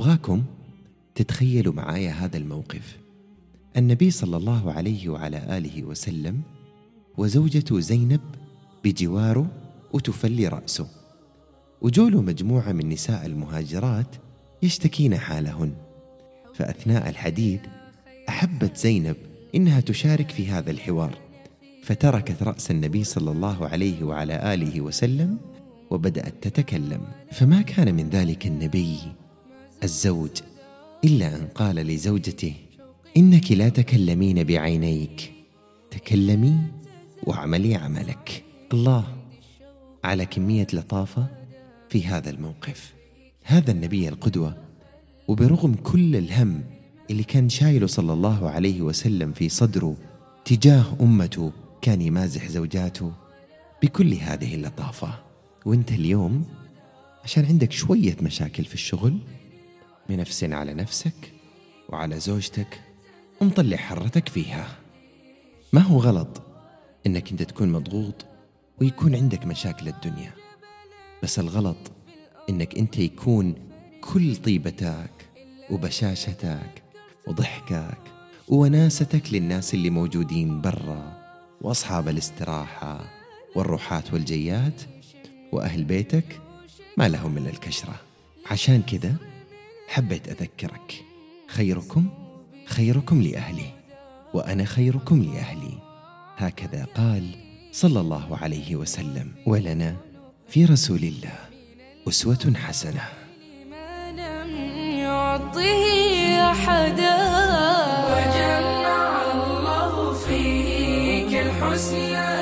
أبغاكم تتخيلوا معايا هذا الموقف. النبي صلى الله عليه وعلى آله وسلم وزوجته زينب بجواره وتفلي رأسه، وجوله مجموعة من نساء المهاجرات يشتكين حالهن. فأثناء الحديث أحبت زينب إنها تشارك في هذا الحوار، فتركت رأس النبي صلى الله عليه وعلى آله وسلم وبدأت تتكلم. فما كان من ذلك النبي الزوج إلا أن قال لزوجته: إنك لا تكلمين بعينيك، تكلمي واعملي عملك. الله على كمية لطافة في هذا الموقف. هذا النبي القدوة، وبرغم كل الهم اللي كان شايله صلى الله عليه وسلم في صدره تجاه أمته، كان يمازح زوجاته بكل هذه اللطافة. وانت اليوم عشان عندك شوية مشاكل في الشغل، منفسن على نفسك وعلى زوجتك ومطلع حرتك فيها. ما هو غلط انك انت تكون مضغوط ويكون عندك مشاكل الدنيا، بس الغلط انك انت يكون كل طيبتك وبشاشتك وضحكك ووناستك للناس اللي موجودين برا واصحاب الاستراحة والروحات والجيات، واهل بيتك ما لهم الا الكشرة. عشان كذا حبيت اذكرك: خيركم خيركم لأهلي وأنا خيركم لأهلي. هكذا قال صلى الله عليه وسلم. ولنا في رسول الله أسوة حسنة. ما لم يعطه أحدا، وجمع الله فيك الحسنى.